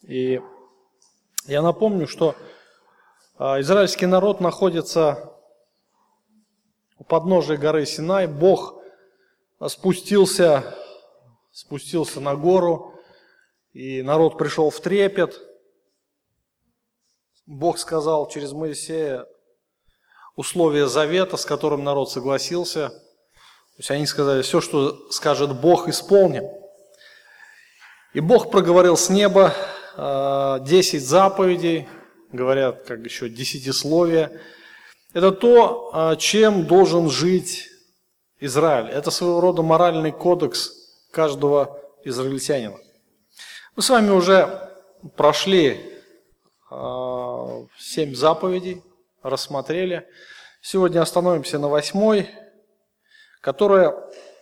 И я напомню, что израильский народ находится у подножия горы Синай. Бог спустился на гору, и народ пришел в трепет. Бог сказал через Моисея условия завета, с которым народ согласился. То есть они сказали: все, что скажет Бог, исполним. И Бог проговорил с неба 10 заповедей, говорят, как еще десятисловие. Это то, чем должен жить Израиль. Это своего рода моральный кодекс каждого израильтянина. Мы с вами уже прошли 7 заповедей, рассмотрели. Сегодня остановимся на 8, которая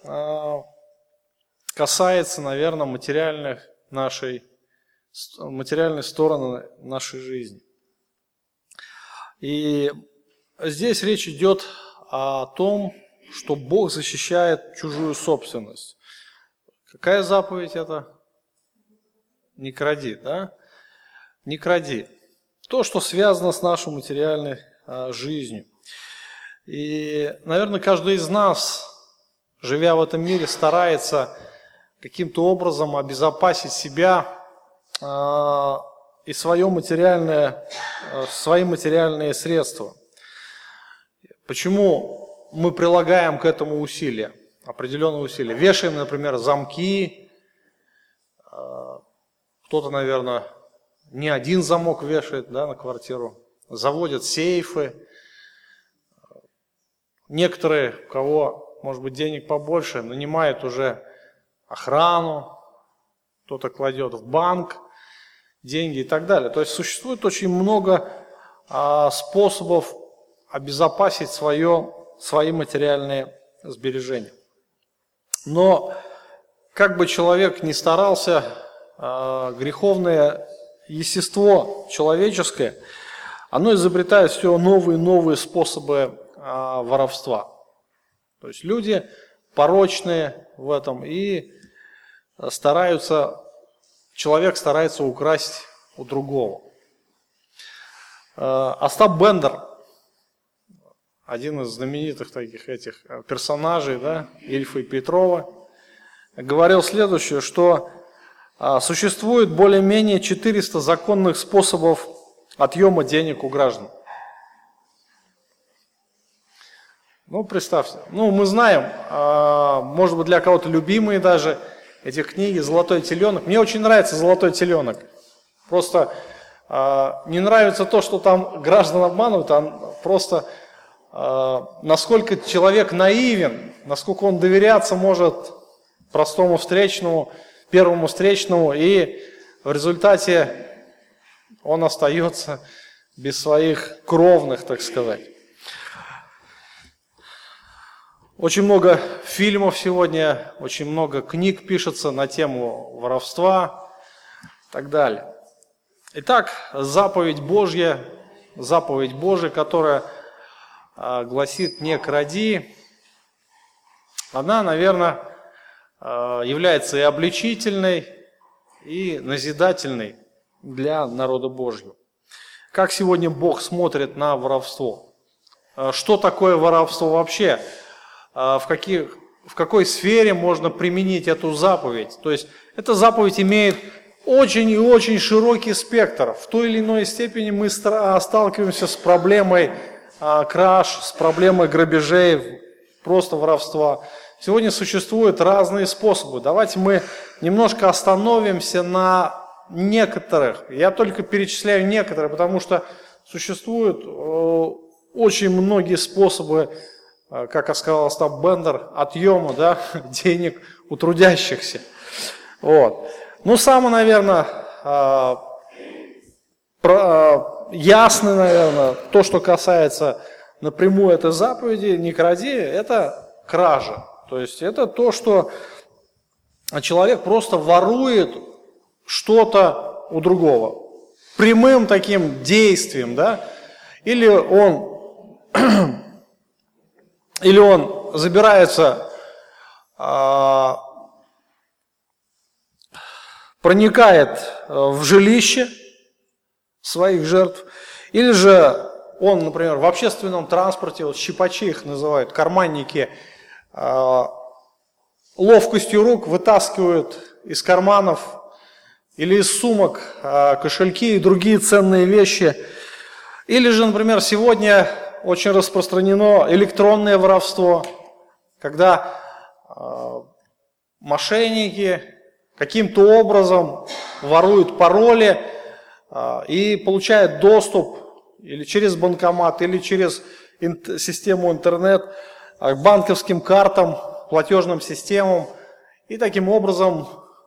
касается, наверное, материальной стороны нашей жизни. И здесь речь идет о том, что Бог защищает чужую собственность. Какая заповедь это? Не кради, да? Не кради. То, что связано с нашей материальной жизнью. И, наверное, каждый из нас, живя в этом мире, старается каким-то образом обезопасить себя и свои материальные средства. Почему мы прилагаем к этому усилия, определенные усилия? Вешаем, например, замки. Кто-то, наверное, не один замок вешает, да, на квартиру. Заводят сейфы. Некоторые, у кого, может быть, денег побольше, нанимают уже охрану. Кто-то кладет в банк деньги и так далее. То есть существует очень много способов обезопасить свои материальные сбережения. Но как бы человек ни старался, греховное естество человеческое, оно изобретает все новые и новые способы воровства. То есть люди порочные в этом и человек старается украсть у другого. Остап Бендер, один из знаменитых таких персонажей, да, Ильфа и Петрова, говорил следующее, что существует более-менее 400 законных способов отъема денег у граждан. Ну, представьте. Мы знаем, может быть, для кого-то любимые даже эти книги «Золотой теленок». Мне очень нравится «Золотой теленок». Просто не нравится то, что там граждан обманывают, а просто насколько человек наивен, насколько он доверяться может простому встречному, первому встречному, и в результате он остается без своих кровных, так сказать. Очень много фильмов сегодня, очень много книг пишется на тему воровства и так далее. Итак, заповедь Божья, которая гласит «не кради», она, наверное, является и обличительной, и назидательной для народа Божьего. Как сегодня Бог смотрит на воровство? Что такое воровство вообще? В какой сфере можно применить эту заповедь? То есть эта заповедь имеет очень и очень широкий спектр. В той или иной степени мы сталкиваемся с проблемой краж, с проблемой грабежей, просто воровства. Сегодня существуют разные способы. Давайте мы немножко остановимся на некоторых. Я только перечисляю некоторые, потому что существуют очень многие способы, как сказал Остап Бендер, отъема, да, денег у трудящихся. Вот. Самое, наверное, ясно, наверное, то, что касается напрямую этой заповеди «не кради», это кража. То есть это то, что человек просто ворует что-то у другого. Прямым таким действием, да, или он забирается проникает в жилище своих жертв, или же он, например, в общественном транспорте, вот щипачи их называют, карманники, ловкостью рук вытаскивают из карманов или из сумок кошельки и другие ценные вещи. Или же, например, сегодня очень распространено электронное воровство, когда мошенники каким-то образом воруют пароли и получают доступ или через банкомат, или через систему интернет к банковским картам, платежным системам, и таким образом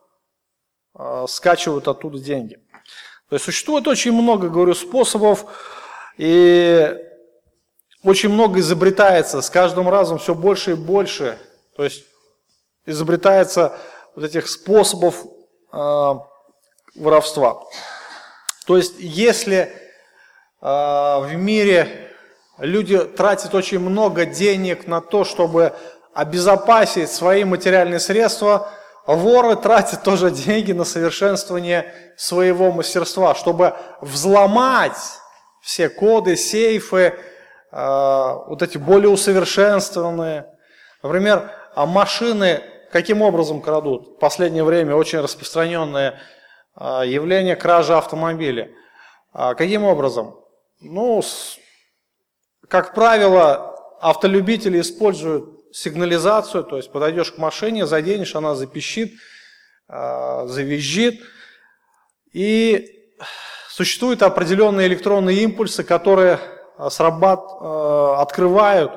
скачивают оттуда деньги. То есть существует очень много, говорю, способов, и очень много изобретается, с каждым разом все больше и больше. То есть изобретается вот этих способов воровства. То есть если в мире люди тратят очень много денег на то, чтобы обезопасить свои материальные средства, воры тратят тоже деньги на совершенствование своего мастерства, чтобы взломать все коды, сейфы, вот эти более усовершенствованные. Например, машины каким образом крадут? В последнее время очень распространенное явление кражи автомобилей. Каким образом? Ну, как правило, автолюбители используют сигнализацию, то есть подойдешь к машине, заденешь, она запищит, завизжит. И существуют определенные электронные импульсы, которые открывают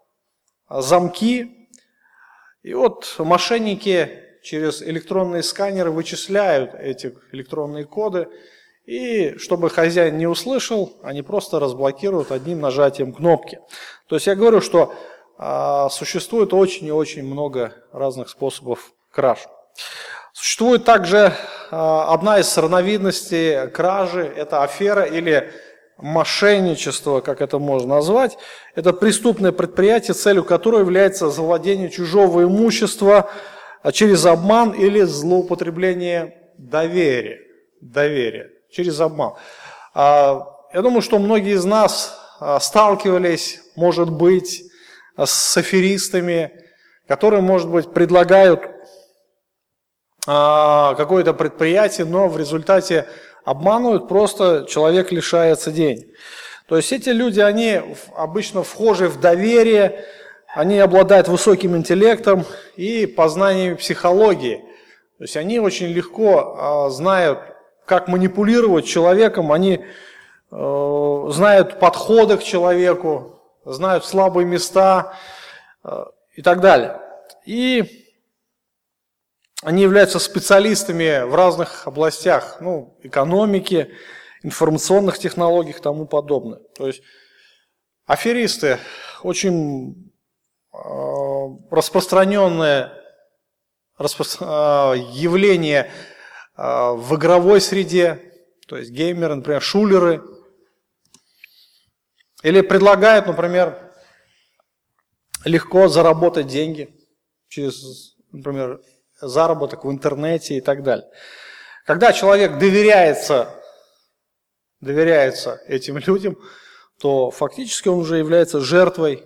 замки. И вот мошенники через электронные сканеры вычисляют эти электронные коды. И чтобы хозяин не услышал, они просто разблокируют одним нажатием кнопки. То есть я говорю, что существует очень и очень много разных способов краж. Существует также одна из разновидностей кражи, это афера или мошенничество, как это можно назвать. Это преступное предприятие, целью которого является завладение чужого имущества через обман или злоупотребление доверия. Через обман. Я думаю, что многие из нас сталкивались, может быть, с аферистами, которые, может быть, предлагают какое-то предприятие, но в результате обманывают, просто человек лишается денег. То есть эти люди, они обычно вхожи в доверие, они обладают высоким интеллектом и познаниями психологии. То есть они очень легко знают, как манипулировать человеком, они знают подходы к человеку, знают слабые места и так далее. И они являются специалистами в разных областях, экономики, информационных технологий и тому подобное. То есть аферисты очень распространенное явление в игровой среде, то есть геймеры, например, шулеры, или предлагают, например, легко заработать деньги через, например, заработок в интернете и так далее. Когда человек доверяется этим людям, то фактически он уже является жертвой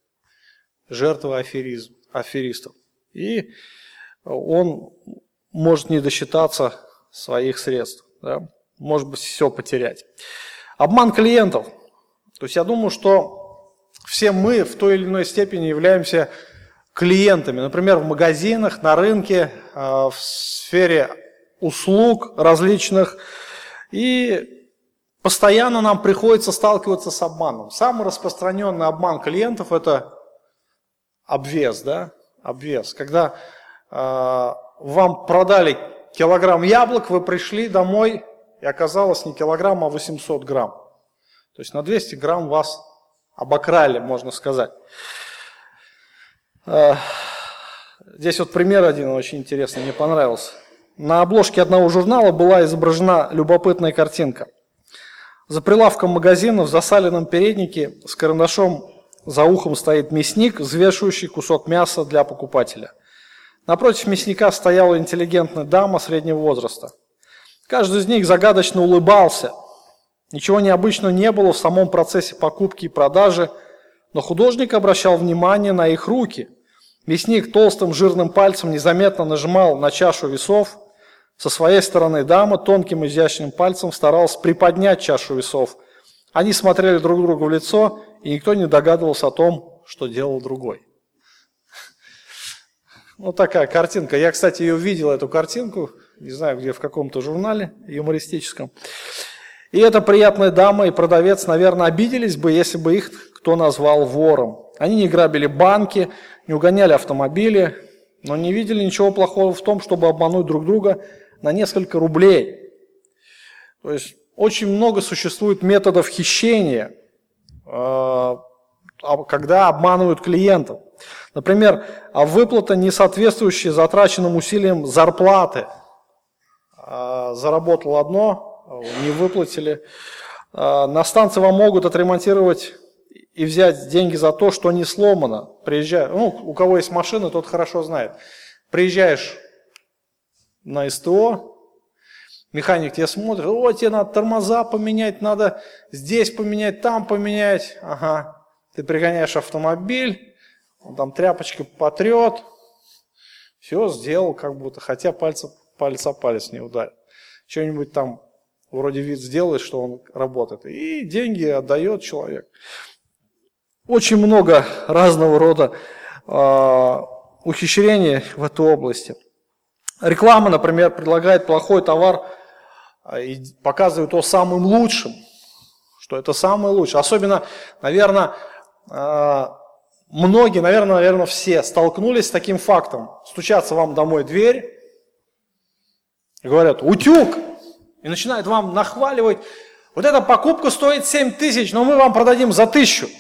аферистов. И он может не досчитаться своих средств, да? Может быть, все потерять. Обман клиентов. То есть я думаю, что все мы в той или иной степени являемся клиентами. Например, в магазинах, на рынке, в сфере услуг различных. И постоянно нам приходится сталкиваться с обманом. Самый распространенный обман клиентов – это обвес, да? Обвес. Когда вам продали килограмм яблок, вы пришли домой, и оказалось не килограмм, а 800 грамм. То есть на 200 грамм вас обокрали, можно сказать. Здесь вот пример один очень интересный, мне понравился. На обложке одного журнала была изображена любопытная картинка. За прилавком магазина в засаленном переднике с карандашом за ухом стоит мясник, взвешивающий кусок мяса для покупателя. Напротив мясника стояла интеллигентная дама среднего возраста. Каждый из них загадочно улыбался. Ничего необычного не было в самом процессе покупки и продажи, но художник обращал внимание на их руки. Мясник толстым жирным пальцем незаметно нажимал на чашу весов. Со своей стороны дама тонким изящным пальцем старалась приподнять чашу весов. Они смотрели друг другу в лицо, и никто не догадывался о том, что делал другой. Вот такая картинка. Я, кстати, ее видел, эту картинку, не знаю, где, в каком-то журнале юмористическом. И эта приятная дама и продавец, наверное, обиделись бы, если бы их кто назвал вором. Они не грабили банки, не угоняли автомобили, но не видели ничего плохого в том, чтобы обмануть друг друга на несколько рублей. То есть очень много существует методов хищения, когда обманывают клиентов. Например, выплата, не соответствующая затраченным усилиям зарплаты. Заработал одно, не выплатили. На станции вам могут отремонтировать и взять деньги за то, что не сломано. У кого есть машина, тот хорошо знает. Приезжаешь на СТО, механик тебя смотрит, тебе надо тормоза поменять, надо здесь поменять, там поменять. Ага, ты пригоняешь автомобиль, он там тряпочкой потрет, все сделал как будто, хотя палец о палец не ударит. Что-нибудь там вроде вид сделает, что он работает, и деньги отдает человек. Очень много разного рода ухищрений в этой области. Реклама, например, предлагает плохой товар и показывает его самым лучшим, что это самое лучшее. Особенно, наверное, многие, наверное, все столкнулись с таким фактом. Стучатся вам домой в дверь, и говорят: утюг! И начинают вам нахваливать: вот эта покупка стоит 7 тысяч, но мы вам продадим за 1000.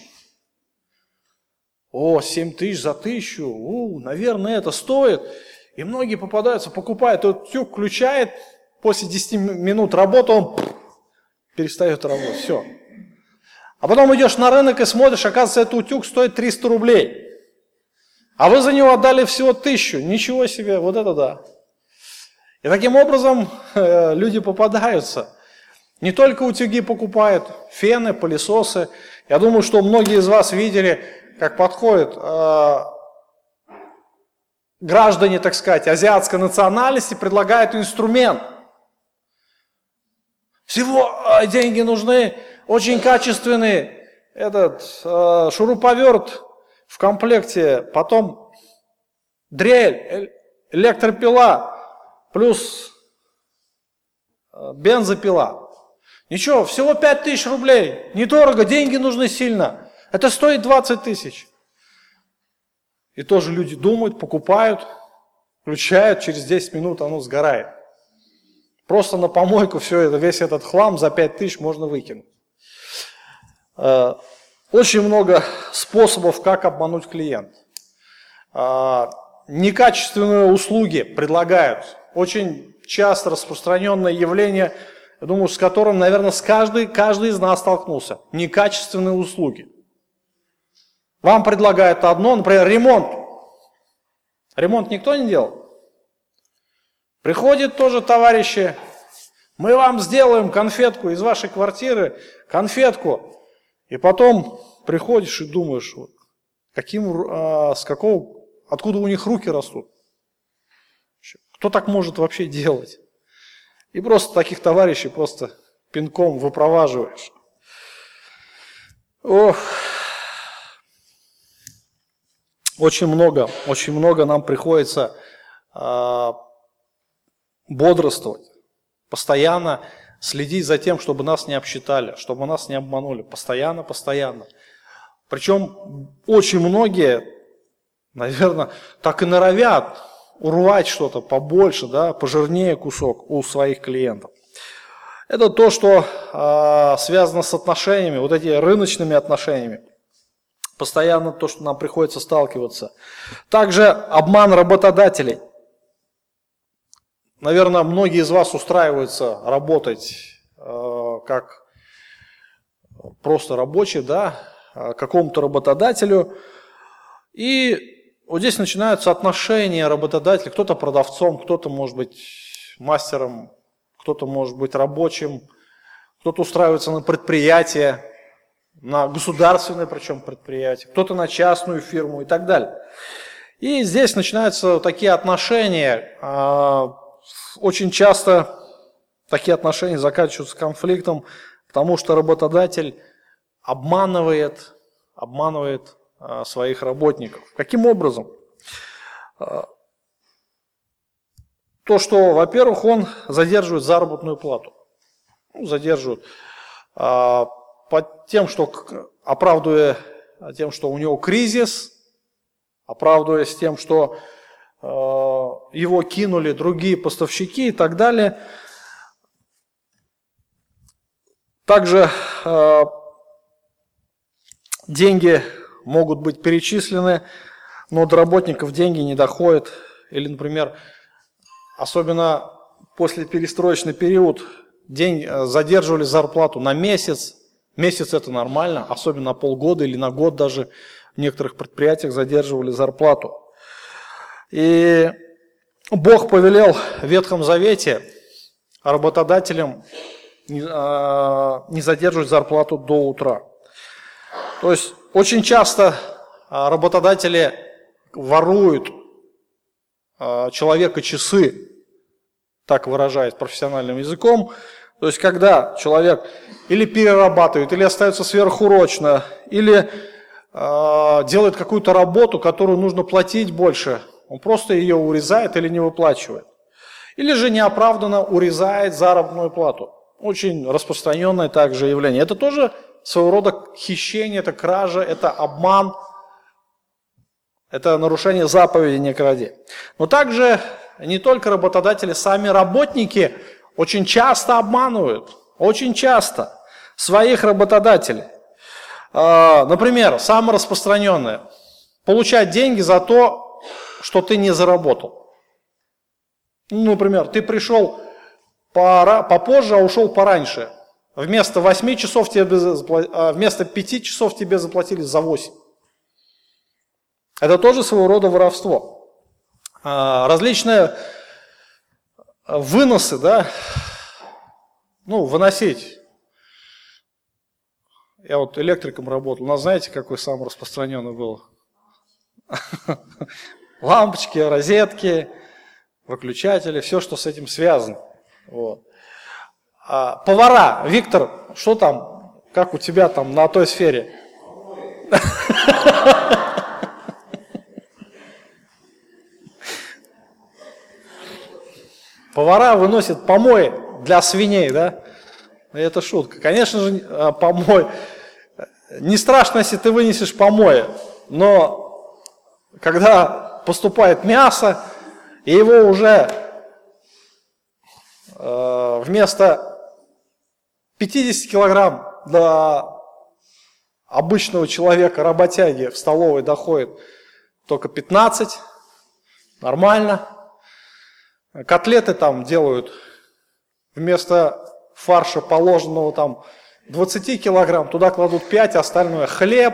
О, 7 тысяч за 1000, наверное, это стоит. И многие попадаются, покупают этот утюг, включает, после 10 минут работы он перестает работать, все. А потом идешь на рынок и смотришь, оказывается, этот утюг стоит 300 рублей. А вы за него отдали всего 1000, ничего себе, вот это да. И таким образом люди попадаются. Не только утюги покупают, фены, пылесосы. Я думаю, что многие из вас видели, как подходят граждане, так сказать, азиатской национальности, предлагают инструмент. Всего деньги нужны, очень качественный шуруповерт в комплекте, потом дрель, электропила, плюс бензопила. Ничего, всего 5000 рублей, недорого, деньги нужны сильно. Это стоит 20 тысяч. И тоже люди думают, покупают, включают, через 10 минут оно сгорает. Просто на помойку весь этот хлам за 5000 можно выкинуть. Очень много способов, как обмануть клиента. Некачественные услуги предлагают. Очень часто распространенное явление, я думаю, с которым, наверное, каждый из нас столкнулся. Некачественные услуги. Вам предлагают одно, например, ремонт. Ремонт никто не делал? Приходят тоже товарищи, мы вам сделаем конфетку из вашей квартиры, конфетку. И потом приходишь и думаешь, откуда у них руки растут? Кто так может вообще делать? И просто таких товарищей просто пинком выпроваживаешь. Очень много нам приходится бодрствовать, постоянно следить за тем, чтобы нас не обсчитали, чтобы нас не обманули, постоянно. Причем очень многие, наверное, так и норовят урвать что-то побольше, пожирнее кусок у своих клиентов. Это то, что связано с отношениями, вот эти рыночными отношениями. Постоянно то, что нам приходится сталкиваться. Также обман работодателей. Наверное, многие из вас устраиваются работать как просто рабочие, какому-то работодателю. И вот здесь начинаются отношения работодателя. Кто-то продавцом, кто-то может быть мастером, кто-то может быть рабочим, кто-то устраивается на предприятие, на государственное причем предприятие, кто-то на частную фирму и так далее. И здесь начинаются такие отношения. Очень часто такие отношения заканчиваются конфликтом, потому что работодатель обманывает своих работников. Каким образом? То, что, во-первых, он задерживает заработную плату. Задерживает. Оправдывая тем, что у него кризис, оправдываясь тем, что его кинули другие поставщики и так далее. Также деньги могут быть перечислены, но до работников деньги не доходят. Или, например, особенно после перестроечный период, задерживали зарплату на месяц. Месяц это нормально, особенно на полгода или на год даже в некоторых предприятиях задерживали зарплату. И Бог повелел в Ветхом Завете работодателям не задерживать зарплату до утра. То есть очень часто работодатели воруют человека часы, так выражаясь профессиональным языком. То есть когда человек или перерабатывает, или остается сверхурочно, или делает какую-то работу, которую нужно платить больше, он просто ее урезает или не выплачивает. Или же неоправданно урезает заработную плату. Очень распространенное также явление. Это тоже своего рода хищение, это кража, это обман, это нарушение заповеди «не кради». Но также не только работодатели, сами работники очень часто обманывают, очень часто своих работодателей. Например, самое распространенное – получать деньги за то, что ты не заработал. Например, ты пришел попозже, а ушел пораньше. Вместо 8 часов вместо 5 часов тебе заплатили за 8. Это тоже своего рода воровство. Различные выносы, да, выносить. Я вот электриком работал, но знаете, какой самый распространенный был? Лампочки, розетки, выключатели, все, что с этим связано. Вот. Повара, Виктор, что там, как у тебя там на той сфере? Повара выносят помои для свиней, да? Это шутка. Конечно же, помой. Не страшно, если ты вынесешь помои, но когда поступает мясо, и его уже вместо 50 килограмм для обычного человека, работяги, в столовой доходит только 15, нормально. Котлеты там делают вместо фарша, положенного там 20 килограмм, туда кладут 5, остальное хлеб,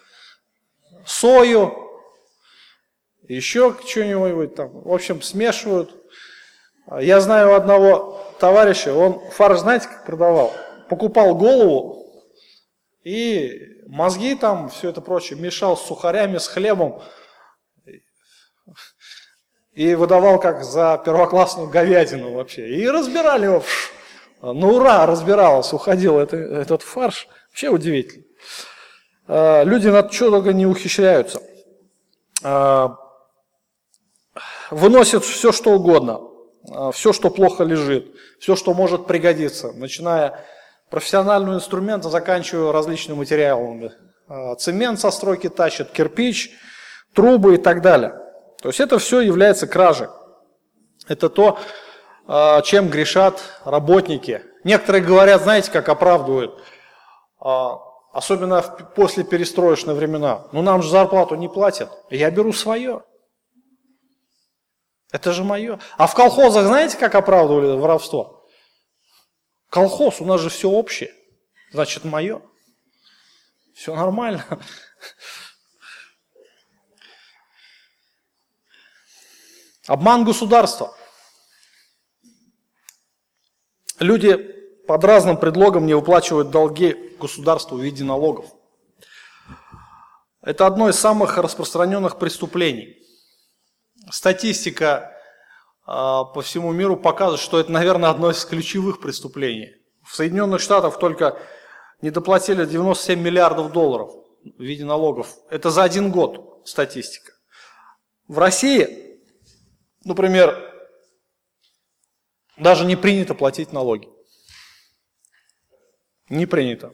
сою, еще что-нибудь там. В общем, смешивают. Я знаю одного товарища, он фарш, знаете, как продавал? Покупал голову и мозги там, все это прочее, мешал с сухарями, с хлебом и выдавал как за первоклассную говядину вообще. И разбирали его. Ну ура, разбиралось, уходил этот фарш. Вообще удивительно. Люди над чего только не ухищряются. Выносят все, что угодно. Все, что плохо лежит. Все, что может пригодиться. Начиная профессионального инструмента, заканчивая различными материалами. Цемент со стройки тащат, кирпич, трубы и так далее. То есть это все является кражей. Это то, чем грешат работники. Некоторые говорят, знаете, как оправдывают, особенно после перестроечных времена. Ну нам же зарплату не платят, я беру свое. Это же мое. А в колхозах знаете, как оправдывали воровство? Колхоз, у нас же все общее, значит мое. Все нормально. Обман государства. Люди под разным предлогом не выплачивают долги государству в виде налогов. Это одно из самых распространенных преступлений. Статистика по всему миру показывает, что это, наверное, одно из ключевых преступлений. В Соединенных Штатах только недоплатили 97 миллиардов долларов в виде налогов. Это за один год статистика. В России, например, даже не принято платить налоги. Не принято.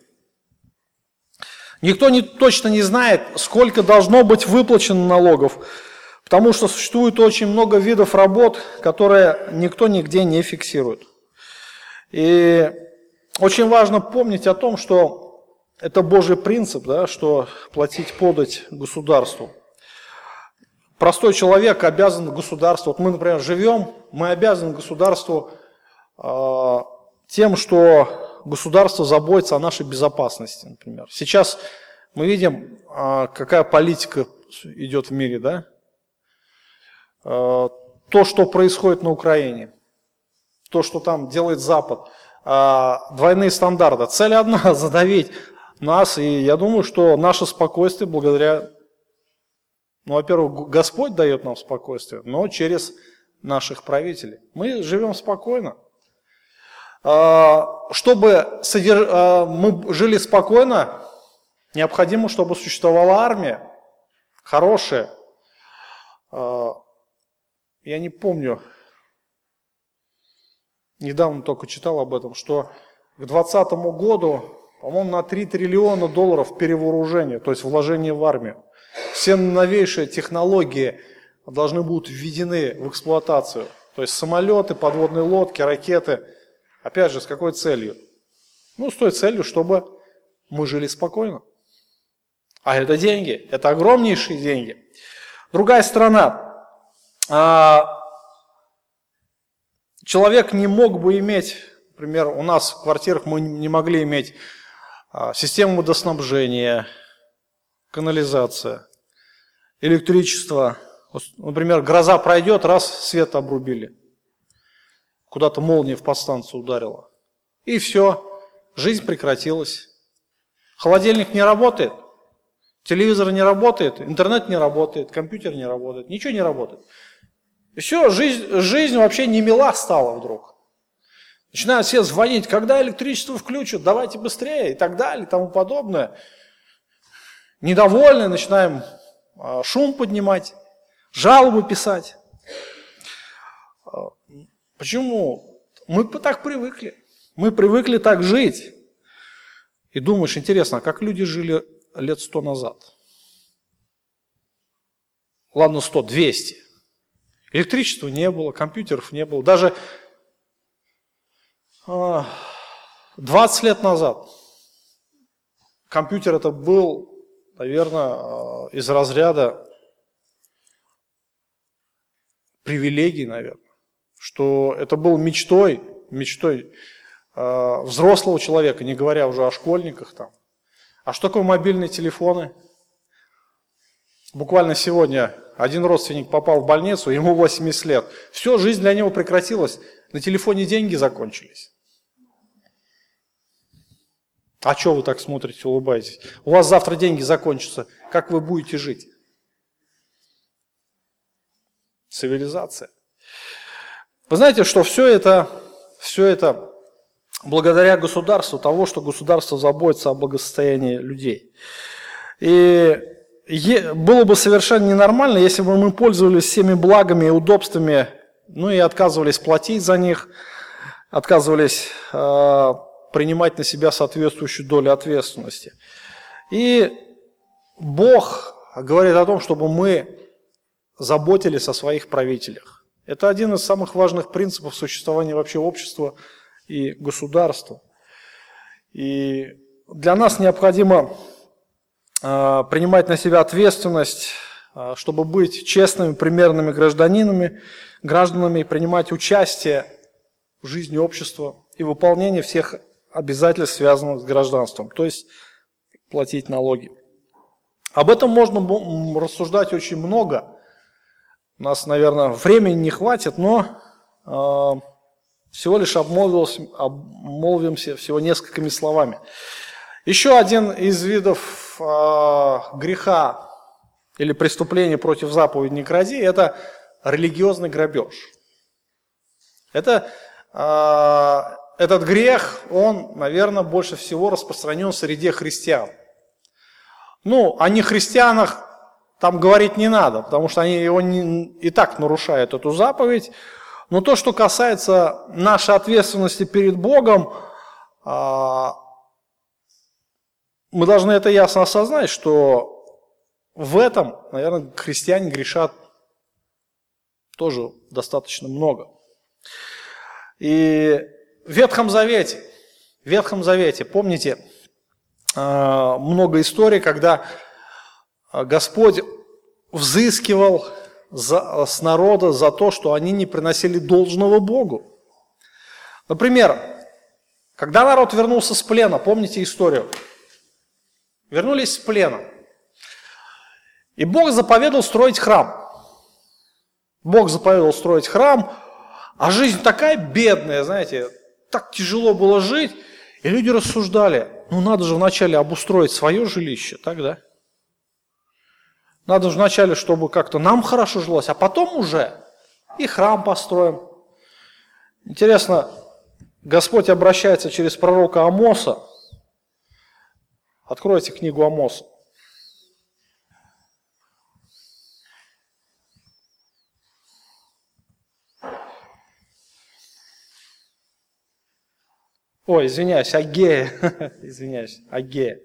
Никто точно не знает, сколько должно быть выплачено налогов, потому что существует очень много видов работ, которые никто нигде не фиксирует. И очень важно помнить о том, что это Божий принцип, да, что платить подать государству. Простой человек обязан государству. Вот мы, например, живем, мы обязаны государству тем, что государство заботится о нашей безопасности, например. Сейчас мы видим, какая политика идет в мире, да? То, что происходит на Украине, то, что там делает Запад, двойные стандарты. Цель одна – задавить нас, и я думаю, что наше спокойствие благодаря, во-первых, Господь дает нам спокойствие, но через наших правителей. Мы живем спокойно. Чтобы мы жили спокойно, необходимо, чтобы существовала армия хорошая. Я не помню, недавно только читал об этом, что к 2020 году, по-моему, на 3 триллиона долларов перевооружения, то есть вложение в армию. Все новейшие технологии должны будут введены в эксплуатацию. То есть самолеты, подводные лодки, ракеты. Опять же, с какой целью? Ну, с той целью, чтобы мы жили спокойно. А это деньги, это огромнейшие деньги. Другая сторона. Человек не мог бы иметь, например, у нас в квартирах мы не могли иметь систему водоснабжения, канализация, электричество. Например, гроза пройдет, раз свет обрубили. Куда-то молния в подстанцию ударила. И все, жизнь прекратилась. Холодильник не работает, телевизор не работает, интернет не работает, компьютер не работает, ничего не работает. И все, жизнь вообще не мила стала вдруг. Начинают все звонить, когда электричество включат, давайте быстрее и так далее и тому подобное. Недовольны, начинаем шум поднимать, жалобы писать. Почему? Мы так привыкли. Мы привыкли так жить. И думаешь, интересно, а как люди жили лет 100 назад? Ладно, 100, 200. Электричества не было, компьютеров не было. Даже 20 лет назад компьютер это был, наверное, из разряда привилегий, наверное. Что это был мечтой взрослого человека, не говоря уже о школьниках там. А что такое мобильные телефоны? Буквально сегодня один родственник попал в больницу, ему 80 лет. Все, жизнь для него прекратилась, на телефоне деньги закончились. А что вы так смотрите, улыбаетесь? У вас завтра деньги закончатся, как вы будете жить? Цивилизация. Вы знаете, что все это благодаря государству, того, что государство заботится о благосостоянии людей. И было бы совершенно ненормально, если бы мы пользовались всеми благами и удобствами, ну и отказывались платить за них, отказывались принимать на себя соответствующую долю ответственности. И Бог говорит о том, чтобы мы заботились о своих правителях. Это один из самых важных принципов существования вообще общества и государства. И для нас необходимо принимать на себя ответственность, чтобы быть честными, примерными гражданами, принимать участие в жизни общества и выполнение всех обязательств, связанных с гражданством, то есть платить налоги. Об этом можно рассуждать очень много. У нас, наверное, времени не хватит, но всего лишь обмолвимся всего несколькими словами. Еще один из видов греха или преступления против заповеди «не кради» – это религиозный грабеж. Этот грех, он, наверное, больше всего распространен среди христиан. Ну, о нехристианах там говорить не надо, потому что они и так нарушают эту заповедь. Но то, что касается нашей ответственности перед Богом, мы должны это ясно осознать, что в этом, наверное, христиане грешат тоже достаточно много. И в Ветхом Завете, помните, много историй, когда Господь взыскивал с народа за то, что они не приносили должного Богу. Например, когда народ вернулся с плена, помните историю? Вернулись с плена. И Бог заповедал строить храм. А жизнь такая бедная, знаете, так тяжело было жить. И люди рассуждали, надо же вначале обустроить свое жилище, так, да? Надо же вначале, чтобы как-то нам хорошо жилось, а потом уже и храм построим. Интересно, Господь обращается через пророка Амоса. Откройте книгу Амоса. Ой, извиняюсь, Агея. Агея.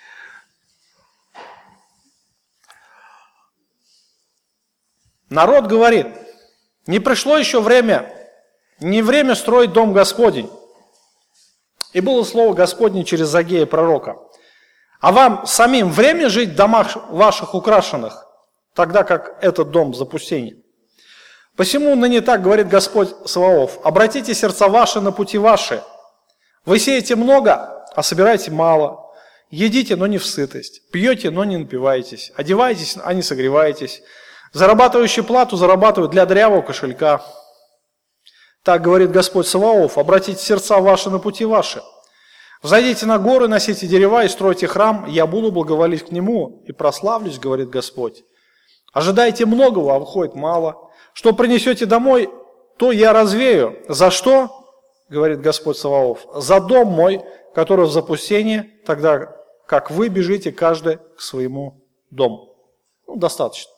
Народ говорит, не пришло еще время, не время строить дом Господень. И было слово Господне через Агея пророка. А вам самим время жить в домах ваших украшенных, тогда как этот дом в запустении. Посему ныне так говорит Господь Саваоф, обратите сердца ваши на пути ваши. Вы сеете много, а собираете мало. Едите, но не в сытость. Пьете, но не напиваетесь. Одеваетесь, а не согреваетесь. Зарабатывающий плату зарабатывают для дрявого кошелька. Так говорит Господь Саваоф, обратите сердца ваши на пути ваши. Взойдите на горы, носите дерева и стройте храм, я буду благоволить к нему и прославлюсь, говорит Господь. Ожидайте многого, а выходит мало. Что принесете домой, то я развею. За что? Говорит Господь Саваоф. За дом мой, который в запустении, тогда как вы бежите каждый к своему дому. Достаточно.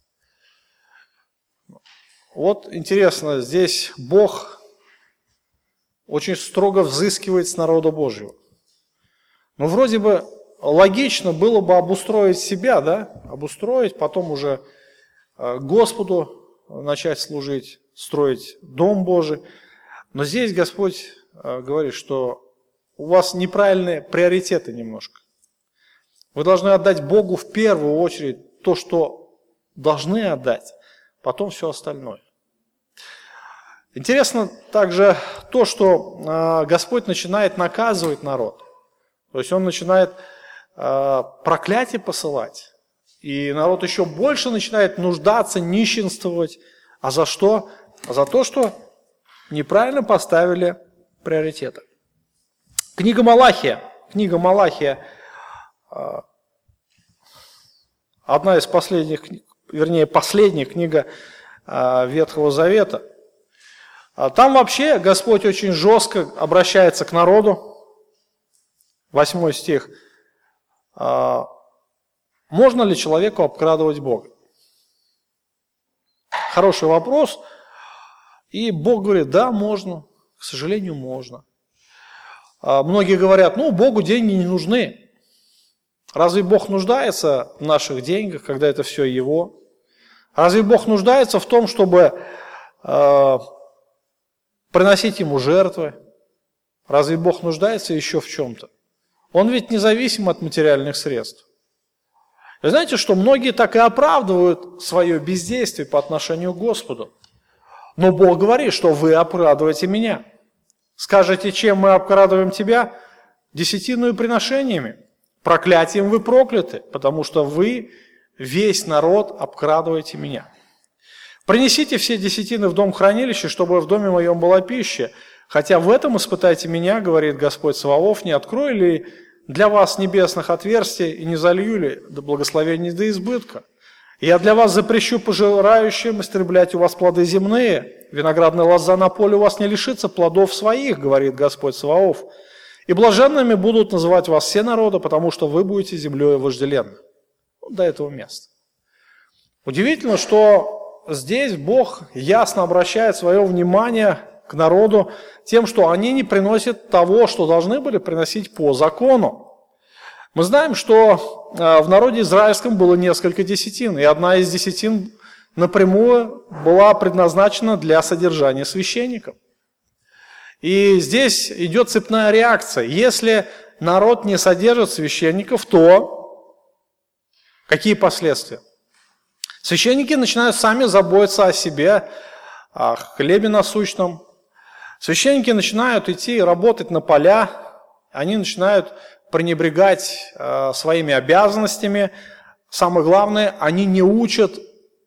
Вот интересно, здесь Бог очень строго взыскивает с народа Божьего. Но вроде бы логично было бы обустроить себя, да? Обустроить, потом уже Господу начать служить, строить Дом Божий. Но здесь Господь говорит, что у вас неправильные приоритеты немножко. Вы должны отдать Богу в первую очередь то, что должны отдать, потом все остальное. Интересно также то, что Господь начинает наказывать народ. То есть Он начинает проклятие посылать. И народ еще больше начинает нуждаться, нищенствовать. А за что? А за то, что неправильно поставили приоритеты. Книга Малахия, одна из последних, последняя книга Ветхого Завета. Там вообще Господь очень жестко обращается к народу. 8 стих. Можно ли человеку обкрадывать Бога? Хороший вопрос. И Бог говорит, да, можно. К сожалению, можно. Многие говорят, Богу деньги не нужны. Разве Бог нуждается в наших деньгах, когда это все Его? Разве Бог нуждается в том, чтобы приносить Ему жертвы? Разве Бог нуждается еще в чем-то? Он ведь независим от материальных средств. Вы знаете, что многие так и оправдывают свое бездействие по отношению к Господу. Но Бог говорит, что вы обкрадываете меня. Скажете, чем мы обкрадываем тебя? Десятинными приношениями. Проклятием вы прокляты, потому что вы, весь народ, обкрадываете меня. Принесите все десятины в дом хранилища, чтобы в доме моем была пища. Хотя в этом испытайте меня, говорит Господь Саваоф, не открою ли для вас небесных отверстий и не залью ли до благословения до избытка. Я для вас запрещу пожирающим истреблять у вас плоды земные. Виноградная лоза на поле у вас не лишится плодов своих, говорит Господь Саваоф. И блаженными будут называть вас все народы, потому что вы будете землей вожделенны. До этого места. Удивительно, что здесь Бог ясно обращает свое внимание к народу тем, что они не приносят того, что должны были приносить по закону. Мы знаем, что в народе израильском было несколько десятин, и одна из десятин напрямую была предназначена для содержания священников. И здесь идет цепная реакция. Если народ не содержит священников, то какие последствия? Священники начинают сами заботиться о себе, о хлебе насущном. Священники начинают идти работать на поля, они начинают пренебрегать своими обязанностями. Самое главное, они не учат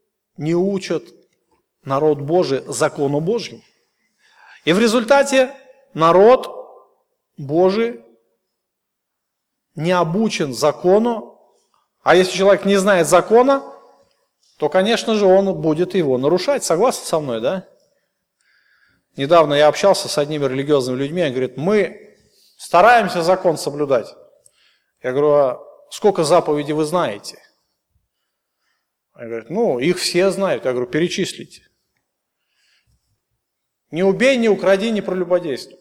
народ Божий закону Божьему. И в результате народ Божий не обучен закону, а если человек не знает закона, то, конечно же, он будет его нарушать. Согласны со мной, да? Недавно я общался с одними религиозными людьми, они говорят, мы стараемся закон соблюдать. Я говорю, а сколько заповедей вы знаете? Они говорят, их все знают. Я говорю, перечислите. Не убей, не укради, не прелюбодействуй.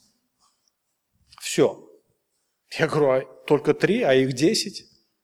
Все. Я говорю, только 3, а их 10.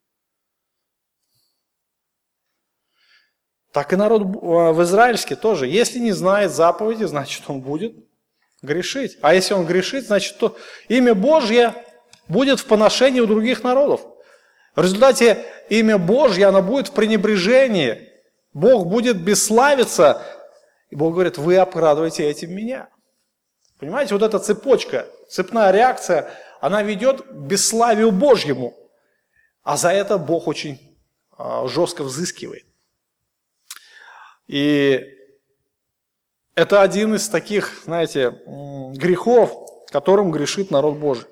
Так и народ в израильске тоже. Если не знает заповеди, значит он будет грешить. А если он грешит, значит то имя Божье будет в поношении у других народов. В результате имя Божье, оно будет в пренебрежении. Бог будет бесславиться. И Бог говорит, вы обкрадываете этим меня. Понимаете, вот эта цепочка, цепная реакция, она ведет к бесславию Божьему. А за это Бог очень жестко взыскивает. И это один из таких, знаете, грехов, которым грешит народ Божий.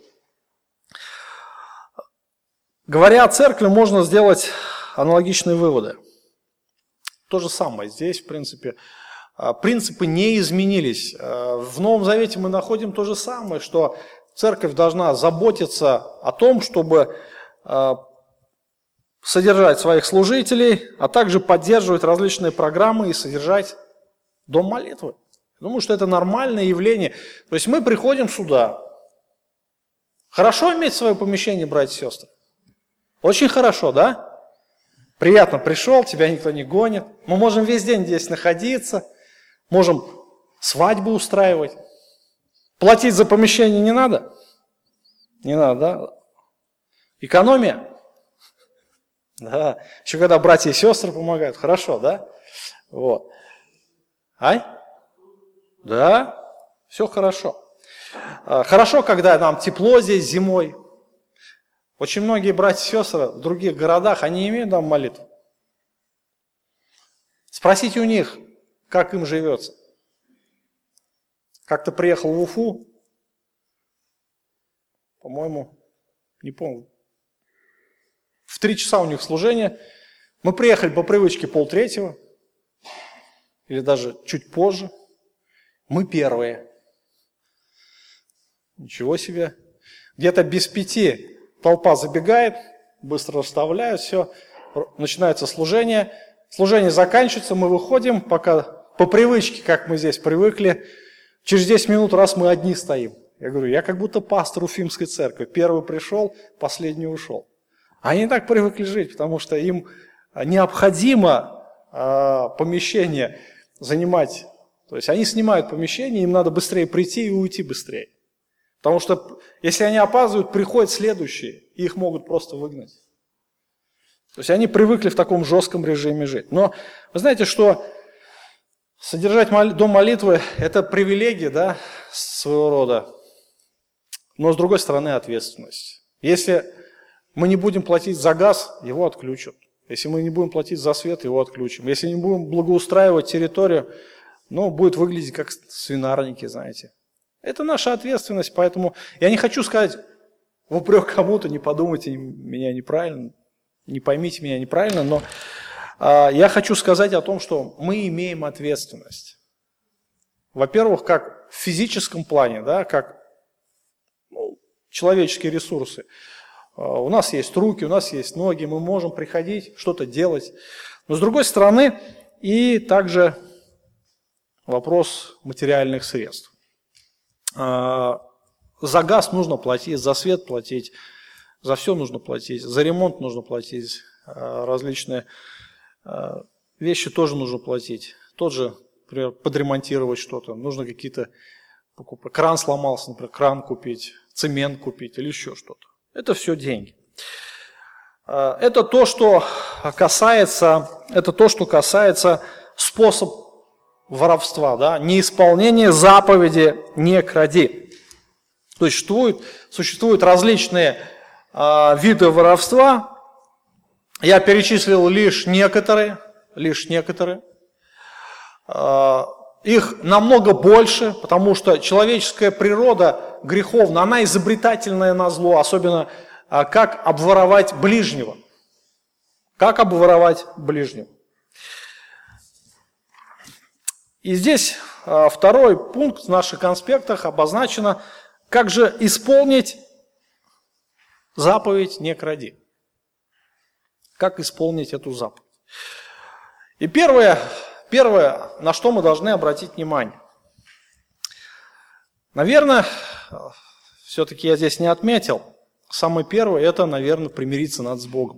Говоря о церкви, можно сделать аналогичные выводы. То же самое здесь, в принципе. Принципы не изменились. В Новом Завете мы находим то же самое, что церковь должна заботиться о том, чтобы содержать своих служителей, а также поддерживать различные программы и содержать дом молитвы. Я думаю, что это нормальное явление. То есть мы приходим сюда. Хорошо иметь свое помещение, братья и сестры? Очень хорошо, да? Приятно пришел, тебя никто не гонит. Мы можем весь день здесь находиться, можем свадьбу устраивать. Платить за помещение не надо? Не надо, да? Экономия? Да. Еще когда братья и сестры помогают, хорошо, да? Вот. Да, все хорошо. Хорошо, когда нам тепло здесь зимой. Очень многие братья и сестры в других городах, они имеют дом молитвы. Спросите у них, как им живется. Как-то приехал в Уфу, по-моему, не помню. В 3 часа у них служение. Мы приехали по привычке 2:30, или даже чуть позже. Мы первые. Ничего себе. Где-то без 5 толпа забегает, быстро расставляют, все. Начинается служение. Служение заканчивается, мы выходим, пока по привычке, как мы здесь привыкли. Через 10 минут раз мы одни стоим. Я говорю, я как будто пастор Уфимской церкви. Первый пришел, последний ушел. Они так привыкли жить, потому что им необходимо помещение занимать. То есть они снимают помещение, им надо быстрее прийти и уйти быстрее. Потому что если они опаздывают, приходят следующие, и их могут просто выгнать. То есть они привыкли в таком жестком режиме жить. Но вы знаете, что содержать дом молитвы – это привилегия, да, своего рода. Но с другой стороны ответственность. Если мы не будем платить за газ, его отключат. Если мы не будем платить за свет, его отключим. Если не будем благоустраивать территорию, будет выглядеть как свинарники, знаете. Это наша ответственность, поэтому я не хочу сказать в упрек кому-то, не подумайте меня неправильно, не поймите меня неправильно, но я хочу сказать о том, что мы имеем ответственность. Во-первых, как в физическом плане, да, как человеческие ресурсы. У нас есть руки, у нас есть ноги, мы можем приходить, что-то делать. Но с другой стороны, и также вопрос материальных средств. За газ нужно платить, за свет платить, за все нужно платить, за ремонт нужно платить, различные вещи тоже нужно платить. Тот же, например, подремонтировать что-то, нужно какие-то покупать. Кран сломался, например, кран купить, цемент купить или еще что-то. Это все деньги. Это то, что касается способ воровства, да? Неисполнение заповеди «не кради». То есть существуют различные виды воровства. Я перечислил лишь некоторые. Их намного больше, потому что человеческая природа греховна, она изобретательная на зло, особенно как обворовать ближнего. Как обворовать ближнего. И здесь второй пункт в наших конспектах обозначено, как же исполнить заповедь «не кради». Как исполнить эту заповедь. И первое, на что мы должны обратить внимание. Наверное, все-таки я здесь не отметил, самое первое, это, наверное, примириться надо с Богом.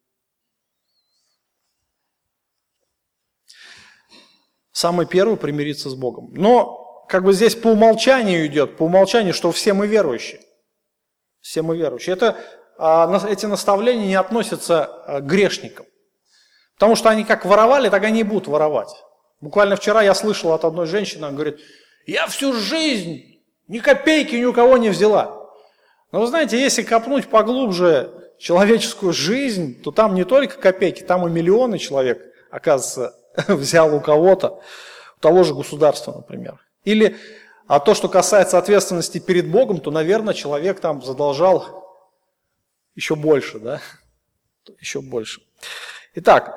Самое первое, примириться с Богом. Но, как бы здесь по умолчанию идет, что все мы верующие. Все мы верующие. Эти наставления не относятся к грешникам. Потому что они как воровали, так они и будут воровать. Буквально вчера я слышал от одной женщины, она говорит, я всю жизнь ни копейки ни у кого не взяла. Но вы знаете, если копнуть поглубже человеческую жизнь, то там не только копейки, там и миллионы человек, оказывается, взял у кого-то, у того же государства, например. Или то, что касается ответственности перед Богом, то, наверное, человек там задолжал еще больше, да? Еще больше. Итак,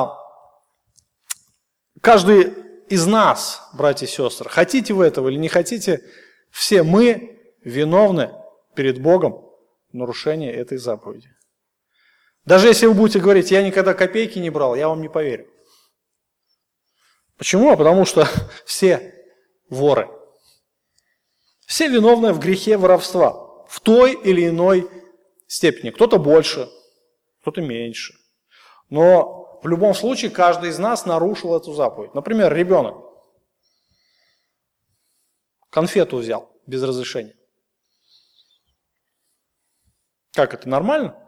каждый из нас, братья и сестры, хотите вы этого или не хотите, все мы виновны перед Богом в нарушении этой заповеди. Даже если вы будете говорить, я никогда копейки не брал, я вам не поверю. Почему? Потому что все воры. Все виновны в грехе воровства в той или иной степени. Кто-то больше, кто-то меньше. Но в любом случае каждый из нас нарушил эту заповедь. Например, ребенок конфету взял без разрешения. Как это, нормально?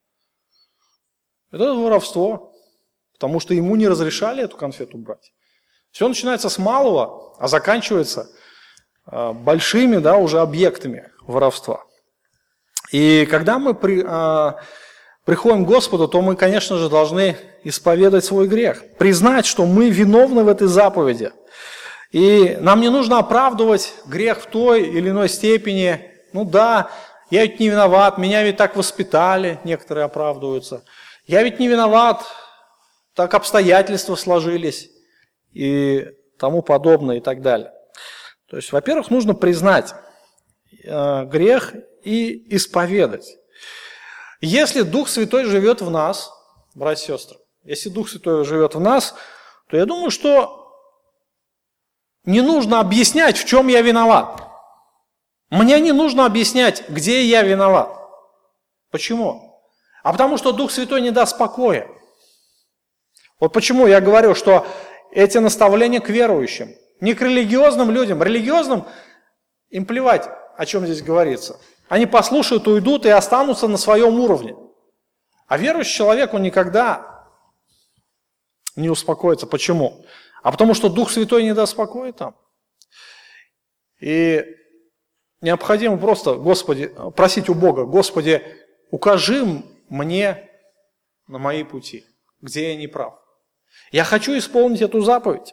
Это воровство, потому что ему не разрешали эту конфету брать. Все начинается с малого, а заканчивается большими, да, уже объектами воровства. И когда мы приходим к Господу, то мы, конечно же, должны исповедать свой грех, признать, что мы виновны в этой заповеди. И нам не нужно оправдывать грех в той или иной степени. Ну да, я ведь не виноват, меня ведь так воспитали, некоторые оправдываются. Я ведь не виноват, так обстоятельства сложились и тому подобное и так далее. То есть, во-первых, нужно признать грех и исповедать. Если Дух Святой живет в нас, братья и сестры, если Дух Святой живет в нас, то я думаю, что не нужно объяснять, в чем я виноват. Мне не нужно объяснять, где я виноват. Почему? А потому что Дух Святой не даст покоя. Вот почему я говорю, что эти наставления к верующим, не к религиозным людям. Религиозным им плевать, о чем здесь говорится. Они послушают, уйдут и останутся на своем уровне. А верующий человек, он никогда не успокоится. Почему? А потому что Дух Святой не даст покоя там. И необходимо просто, просить у Бога, Господи, укажи мне на мои пути. где я не прав. Я хочу исполнить эту заповедь.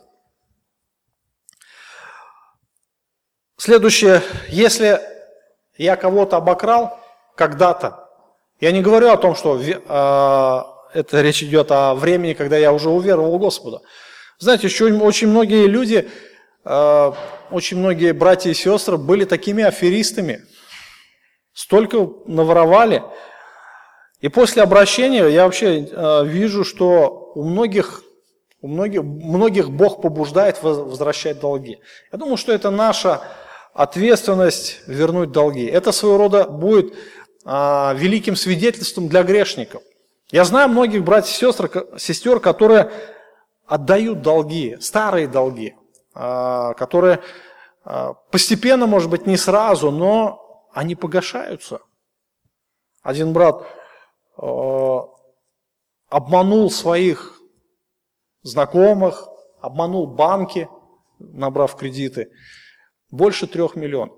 Следующее, если я кого-то обокрал когда-то, я не говорю о том, что это речь идет о времени, когда я уже уверовал в Господа. Знаете, еще очень многие люди, очень многие братья и сестры были такими аферистами, столько наворовали. И после обращения я вообще вижу, что у многих Бог побуждает возвращать долги. Я думаю, что это наша ответственность вернуть долги. Это своего рода будет великим свидетельством для грешников. Я знаю многих братьев и сестер, которые отдают долги, старые долги, которые постепенно, может быть, не сразу, но они погашаются. Один брат обманул своих знакомых, обманул банки, набрав кредиты, больше 3 миллионов.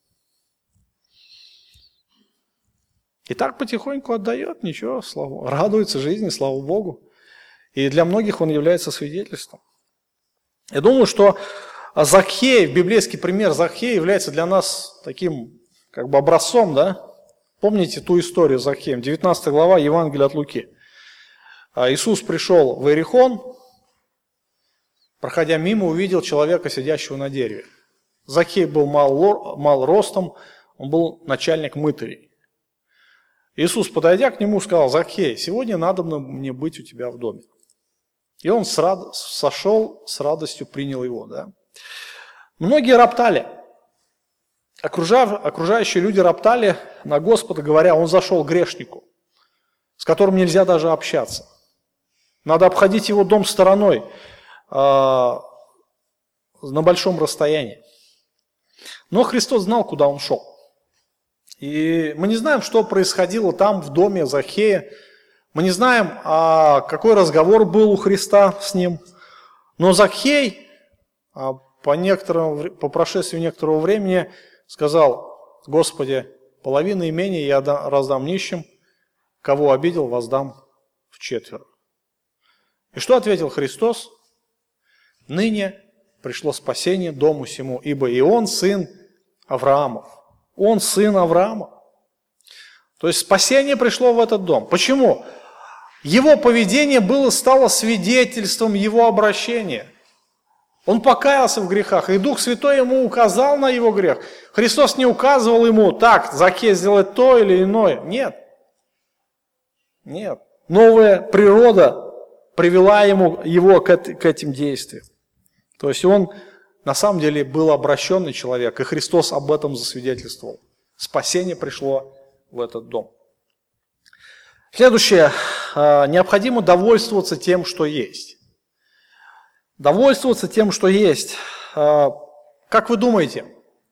И так потихоньку отдает, ничего, радуется жизни, слава Богу. И для многих он является свидетельством. Я думаю, что Закхей, библейский пример Закхея является для нас таким образцом, да? Помните ту историю с Закхеем, 19 глава Евангелия от Луки. Иисус пришел в Иерихон, проходя мимо, увидел человека, сидящего на дереве. Закхей был мал ростом, он был начальник мытарей. Иисус, подойдя к нему, сказал: «Закхей, сегодня надобно мне быть у тебя в доме». И он сошел, с радостью принял его. Да? Многие роптали. Окружающие люди роптали на Господа, говоря: он зашел к грешнику, с которым нельзя даже общаться. Надо обходить его дом стороной, на большом расстоянии. Но Христос знал, куда он шел. И мы не знаем, что происходило там, в доме Закхея. Мы не знаем, какой разговор был у Христа с ним. Но Закхей по прошествии некоторого времени сказал: «Господи, половину имения я раздам нищим, кого обидел, воздам вчетверо». И что ответил Христос? «Ныне пришло спасение дому сему, ибо и он сын Авраамов». Он сын Авраама. То есть спасение пришло в этот дом. Почему? Его поведение стало свидетельством его обращения. Он покаялся в грехах, и Дух Святой ему указал на его грех. Христос не указывал ему: так, Закхей, сделай то или иное. Нет. Нет. Новая природа привела его к этим действиям. То есть он на самом деле был обращенный человек, и Христос об этом засвидетельствовал. Спасение пришло в этот дом. Следующее. Необходимо довольствоваться тем, что есть. Довольствоваться тем, что есть. Как вы думаете,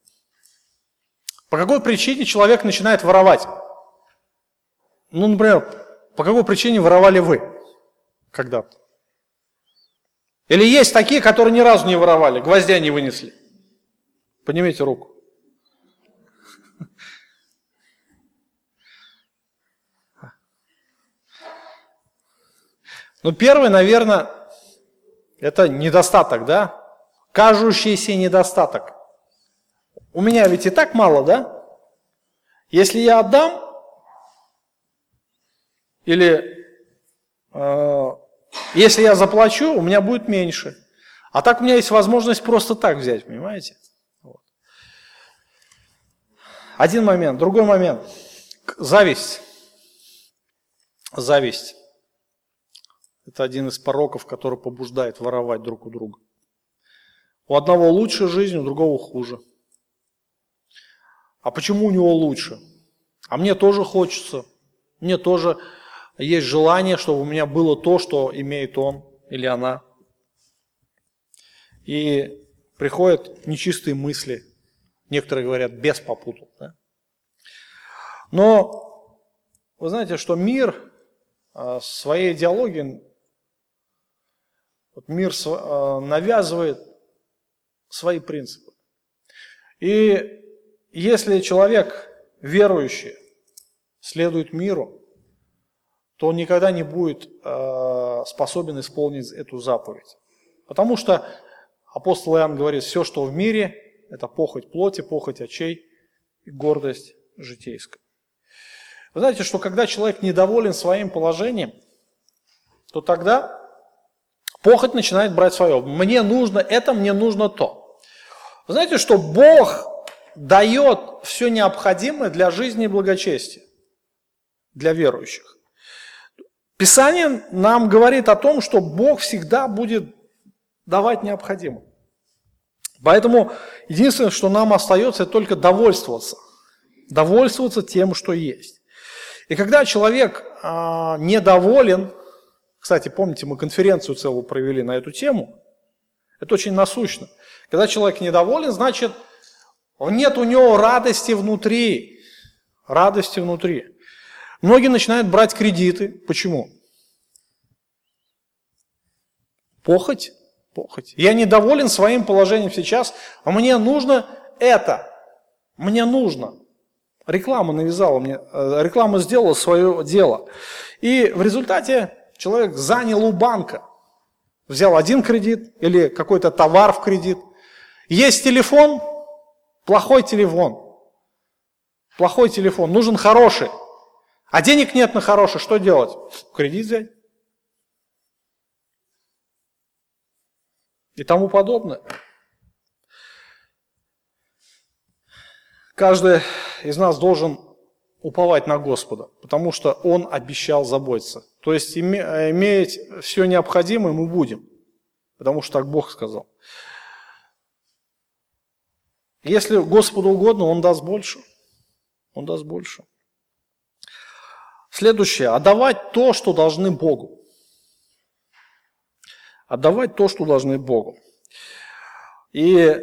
по какой причине человек начинает воровать? Например, по какой причине воровали вы когда-то? Или есть такие, которые ни разу не воровали, гвоздя не вынесли? Поднимите руку. Первый, наверное, это недостаток, да? Кажущийся недостаток. У меня ведь и так мало, да? Если я отдам, или если я заплачу, у меня будет меньше. А так у меня есть возможность просто так взять, понимаете? Вот. Один момент. Другой момент. Зависть. Зависть. Это один из пороков, который побуждает воровать друг у друга. У одного лучше жизнь, у другого хуже. А почему у него лучше? А мне тоже хочется. Мне тоже есть желание, чтобы у меня было то, что имеет он или она. И приходят нечистые мысли. Некоторые говорят, бес попутал. Да? Но вы знаете, что мир своей идеологией, мир навязывает свои принципы. И если человек верующий следует миру, то он никогда не будет способен исполнить эту заповедь. Потому что апостол Иоанн говорит, все, что в мире, это похоть плоти, похоть очей и гордость житейская. Вы знаете, что когда человек недоволен своим положением, то тогда похоть начинает брать свое. Мне нужно это, мне нужно то. Вы знаете, что Бог дает все необходимое для жизни и благочестия, для верующих. Писание нам говорит о том, что Бог всегда будет давать необходимое. Поэтому единственное, что нам остается, это только довольствоваться. Довольствоваться тем, что есть. И когда человек недоволен, кстати, помните, мы конференцию целую провели на эту тему, это очень насущно. Когда человек недоволен, значит, нет у него радости внутри. Радости внутри. Многие начинают брать кредиты. Почему? Похоть. Похоть. Я недоволен своим положением сейчас, а мне нужно это. Мне нужно. Реклама навязала мне, реклама сделала свое дело. И в результате человек занял у банка. Взял один кредит или какой-то товар в кредит. Есть телефон, плохой телефон. Плохой телефон, нужен хороший. А денег нет на хороший, что делать? Кредит взять. И тому подобное. Каждый из нас должен уповать на Господа, потому что Он обещал заботиться. То есть иметь все необходимое мы будем, потому что так Бог сказал. Если Господу угодно, Он даст больше. Он даст больше. Следующее. Отдавать то, что должны Богу. Отдавать то, что должны Богу. И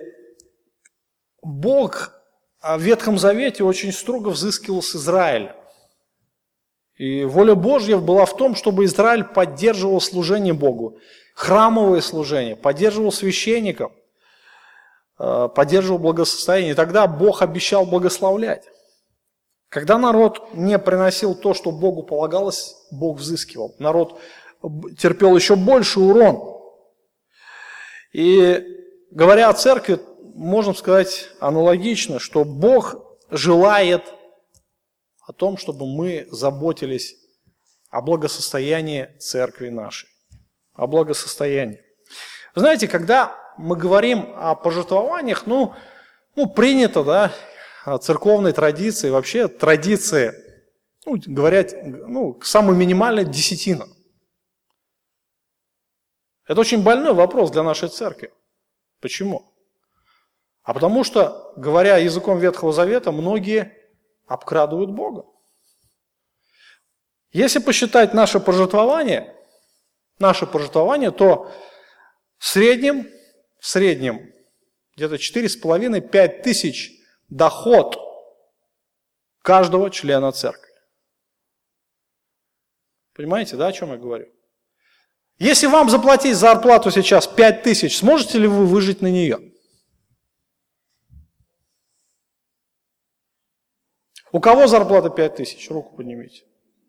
Бог в Ветхом Завете очень строго взыскивал с Израиля. И воля Божья была в том, чтобы Израиль поддерживал служение Богу, храмовое служение, поддерживал священников, поддерживал благосостояние. И тогда Бог обещал благословлять. Когда народ не приносил то, что Богу полагалось, Бог взыскивал. Народ терпел еще больший урон. И говоря о церкви, можем сказать аналогично, что Бог желает о том, чтобы мы заботились о благосостоянии церкви нашей. О благосостоянии. Вы знаете, когда мы говорим о пожертвованиях, принято, да, церковной традиции, вообще традиции, говорят, самая минимальная десятина. Это очень больной вопрос для нашей церкви. Почему? А потому что, говоря языком Ветхого Завета, многие обкрадывают Бога. Если посчитать наше пожертвование, то в среднем где-то 4,5-5 тысяч доход каждого члена церкви. Понимаете, да, о чем я говорю? Если вам заплатить зарплату сейчас 5 тысяч, сможете ли вы выжить на нее? У кого зарплата 5 тысяч? Руку поднимите.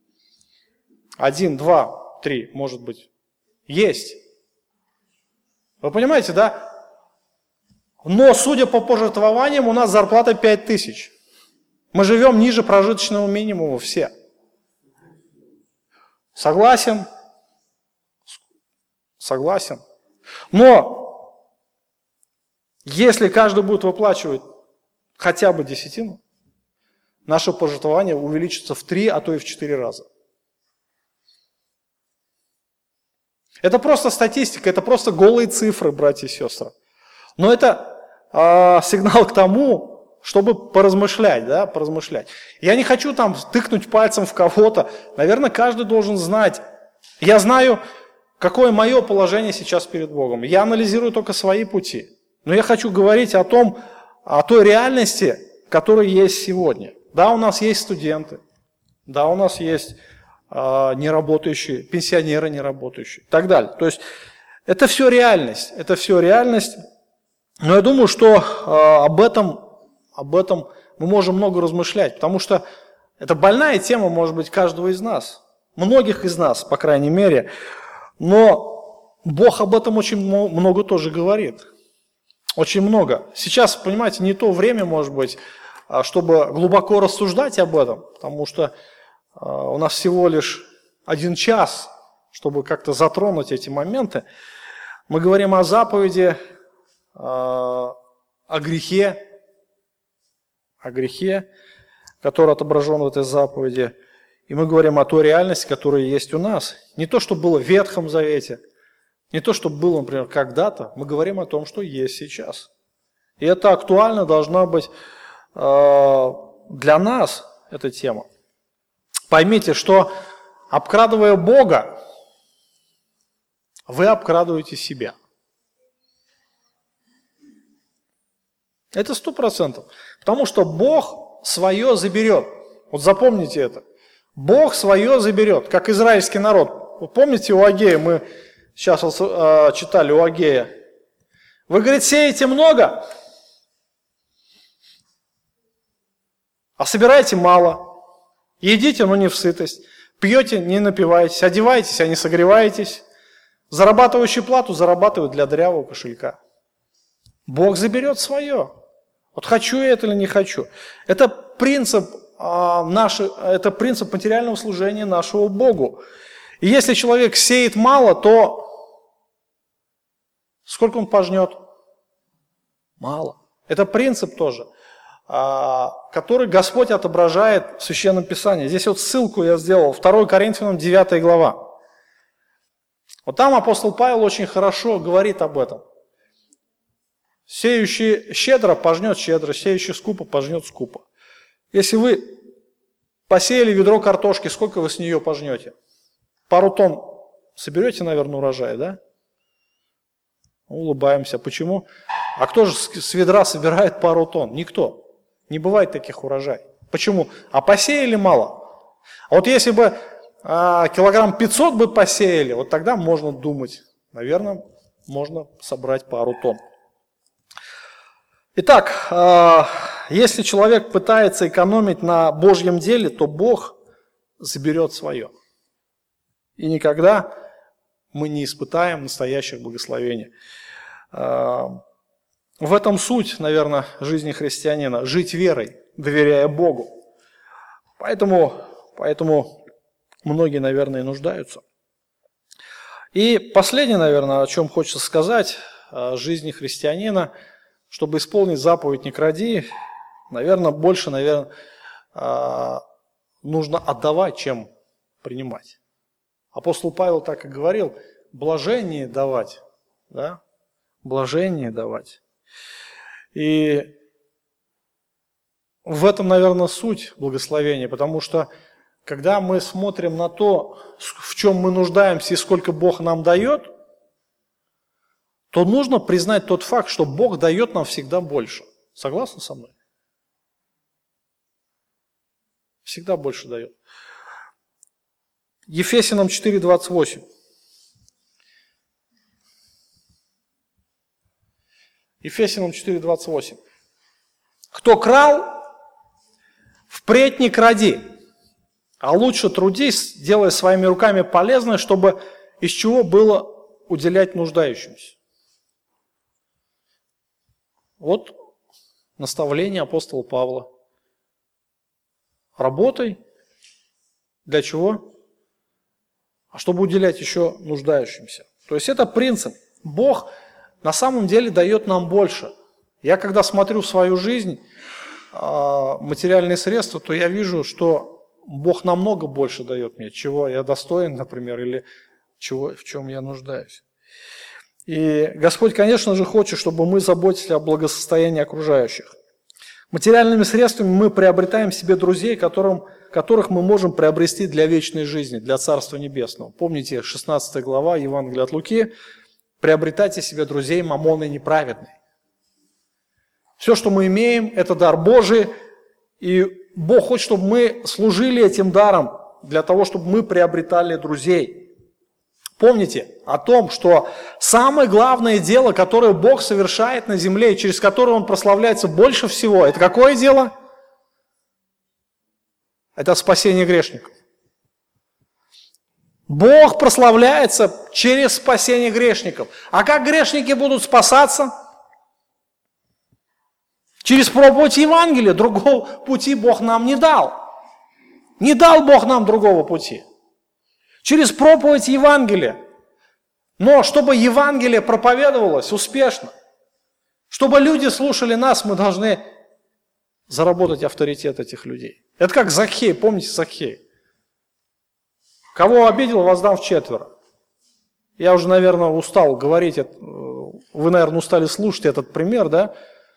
1, 2, 3, может быть. Есть. Вы понимаете, да? Но, судя по пожертвованиям, у нас зарплата 5 тысяч. Мы живем ниже прожиточного минимума все. Согласен? Согласен. Но, если каждый будет выплачивать хотя бы десятину, наше пожертвование увеличится в 3, а то и в 4 раза. Это просто статистика, это просто голые цифры, братья и сестры. Но это сигнал к тому, чтобы поразмышлять, да, поразмышлять. Я не хочу там тыкнуть пальцем в кого-то. Наверное, каждый должен знать. Я знаю, какое мое положение сейчас перед Богом. Я анализирую только свои пути. Но я хочу говорить о той реальности, которая есть сегодня. Да, у нас есть студенты. Да, у нас есть неработающие, пенсионеры неработающие и так далее. То есть это все реальность. Это все реальность. Но я думаю, что об этом мы можем много размышлять, потому что это больная тема, может быть, каждого из нас. многих из нас, по крайней мере, но Бог об этом очень много тоже говорит. Очень много. Сейчас, понимаете, не то время, может быть, чтобы глубоко рассуждать об этом, потому что у нас всего лишь 1 час, чтобы как-то затронуть эти моменты. Мы говорим о заповеди, о грехе, который отображен в этой заповеди. И мы говорим о той реальности, которая есть у нас. Не то, что было в Ветхом Завете, не то, что было, например, когда-то. Мы говорим о том, что есть сейчас. И это актуально должна быть для нас, эта тема. Поймите, что обкрадывая Бога, вы обкрадываете себя. Это 100%. Потому что Бог свое заберет. Вот запомните это. Бог свое заберет, как израильский народ. Вы помните у Агея, мы сейчас читали у Агея. Вы, говорит, сеете много, а собираете мало. Едите, но не в сытость. Пьете, не напиваетесь. Одеваетесь, а не согреваетесь. Зарабатывающий плату зарабатывают для дырявого кошелька. Бог заберет свое. Вот хочу я это или не хочу. Это принцип материального служения нашему Богу. И если человек сеет мало, то сколько он пожнет? Мало. Это принцип тоже, который Господь отображает в Священном Писании. Здесь вот ссылку я сделал, 2 Коринфянам 9 глава. Вот там апостол Павел очень хорошо говорит об этом. Сеющий щедро пожнет щедро, сеющий скупо пожнет скупо. Если вы посеяли ведро картошки, сколько вы с нее пожнете? Пару тонн соберете, наверное, урожай, да? Улыбаемся. Почему? А кто же с ведра собирает пару тонн? Никто. Не бывает таких урожаев. Почему? А посеяли мало. А вот если бы килограмм 500 бы посеяли, вот тогда можно думать, наверное, можно собрать пару тонн. Итак, если человек пытается экономить на Божьем деле, то Бог заберет свое. И никогда мы не испытаем настоящих благословений. В этом суть, наверное, жизни христианина. Жить верой, доверяя Богу. Поэтому многие, наверное, и нуждаются. И последнее, наверное, о чем хочется сказать, о жизни христианина, чтобы исполнить заповедь «Не кради», наверное, больше, нужно отдавать, чем принимать. Апостол Павел так и говорил, блажение давать, да? Блажение давать. И в этом, наверное, суть благословения, потому что когда мы смотрим на то, в чем мы нуждаемся и сколько Бог нам дает, то нужно признать тот факт, что Бог дает нам всегда больше. Согласны со мной? Всегда больше дает. Ефесянам 4:28. Ефесянам 4:28. Кто крал, впредь не кради, а лучше трудись, делая своими руками полезное, чтобы из чего было уделять нуждающимся. Вот наставление апостола Павла. Работай. Для чего? А чтобы уделять еще нуждающимся. То есть это принцип. Бог на самом деле дает нам больше. Я когда смотрю в свою жизнь, материальные средства, то я вижу, что Бог намного больше дает мне, чего я достоин, например, или в чем я нуждаюсь. И Господь, конечно же, хочет, чтобы мы заботились о благосостоянии окружающих. Материальными средствами мы приобретаем себе друзей, которых мы можем приобрести для вечной жизни, для Царства Небесного. Помните, 16 глава Евангелия от Луки. Приобретайте себе друзей мамонной неправедной. Все, что мы имеем, это дар Божий, и Бог хочет, чтобы мы служили этим даром, для того, чтобы мы приобретали друзей. Помните о том, что самое главное дело, которое Бог совершает на земле, и через которое Он прославляется больше всего, это какое дело? Это спасение грешников. Бог прославляется через спасение грешников. А как грешники будут спасаться? Через проповедь Евангелия. Другого пути Бог нам не дал. Не дал Бог нам другого пути. Через проповедь Евангелия. Но чтобы Евангелие проповедовалось успешно, чтобы люди слушали нас, мы должны заработать авторитет этих людей. Это как Закхей, помните Закхей? Кого обидел, воздам вчетверо. Я уже, наверное, устал говорить, вы, наверное, устали слушать этот пример, да?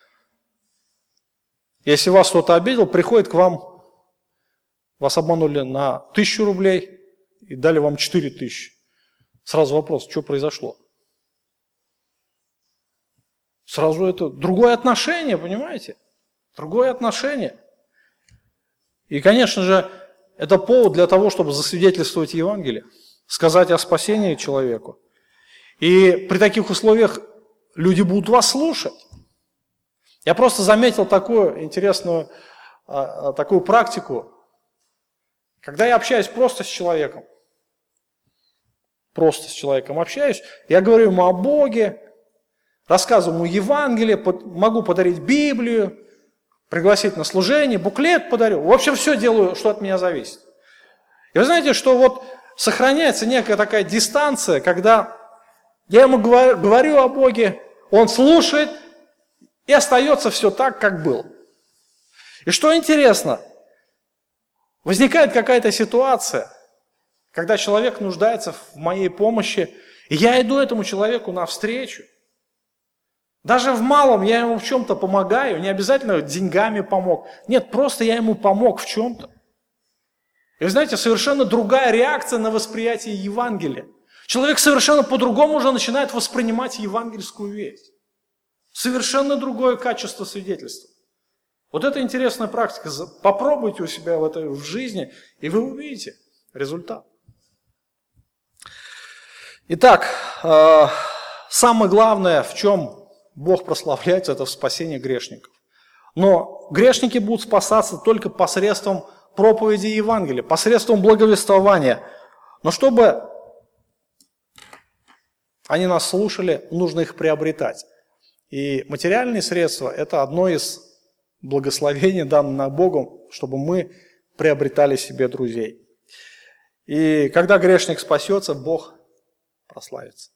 Если вас кто-то обидел, приходит к вам, вас обманули на 1000 рублей и дали вам 4000. Сразу вопрос, что произошло? Сразу это другое отношение, понимаете? Другое отношение. И, конечно же, это повод для того, чтобы засвидетельствовать Евангелие, сказать о спасении человеку. И при таких условиях люди будут вас слушать. Я просто заметил такую интересную такую практику. Когда я общаюсь просто с человеком общаюсь, я говорю ему о Боге, рассказываю ему Евангелие, могу подарить Библию, пригласить на служение, буклет подарю. В общем, все делаю, что от меня зависит. И вы знаете, что вот сохраняется некая такая дистанция, когда я ему говорю о Боге, он слушает, и остается все так, как было. И что интересно, возникает какая-то ситуация, когда человек нуждается в моей помощи, и я иду этому человеку навстречу. Даже в малом я ему в чем-то помогаю, не обязательно деньгами помог. Нет, просто я ему помог в чем-то. И вы знаете, совершенно другая реакция на восприятие Евангелия. Человек совершенно по-другому уже начинает воспринимать евангельскую весть. Совершенно другое качество свидетельства. Вот это интересная практика. Попробуйте у себя в жизни, и вы увидите результат. Итак, самое главное, в чем Бог прославляется, это в спасении грешников. Но грешники будут спасаться только посредством проповеди Евангелия, посредством благовествования. Но чтобы они нас слушали, нужно их приобретать. И материальные средства – это одно из благословений, данных Богом, чтобы мы приобретали себе друзей. И когда грешник спасется, Бог прославится.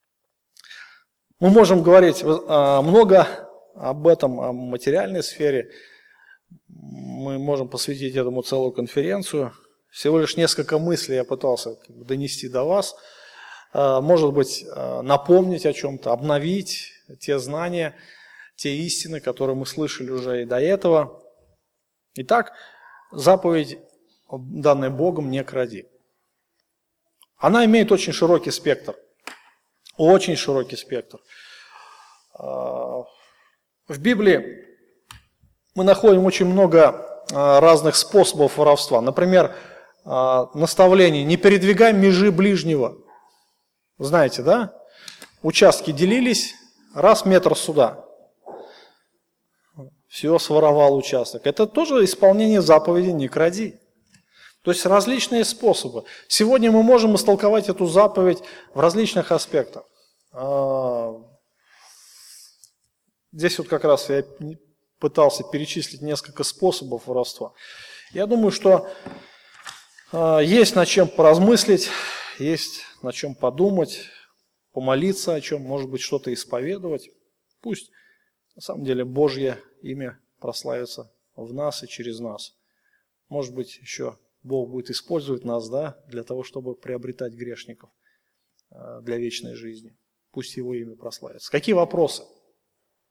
Мы можем говорить много об этом, о материальной сфере. Мы можем посвятить этому целую конференцию. Всего лишь несколько мыслей я пытался донести до вас. Может быть, напомнить о чем-то, обновить те знания, те истины, которые мы слышали уже и до этого. Итак, заповедь, данная Богом, не кради. Она имеет очень широкий спектр. Очень широкий спектр. В Библии мы находим очень много разных способов воровства. Например, наставление «не передвигай межи ближнего». Знаете, да? Участки делились, раз метр суда. Все, своровал участок. Это тоже исполнение заповеди «не кради». То есть различные способы. Сегодня мы можем истолковать эту заповедь в различных аспектах. Здесь вот как раз я пытался перечислить несколько способов воровства. Я думаю, что есть над чем поразмыслить, есть над чем подумать, помолиться о чем, может быть, что-то исповедовать. Пусть на самом деле Божье имя прославится в нас и через нас. Может быть, еще Бог будет использовать нас, да, для того, чтобы приобретать грешников для вечной жизни. Пусть Его имя прославится. Какие вопросы?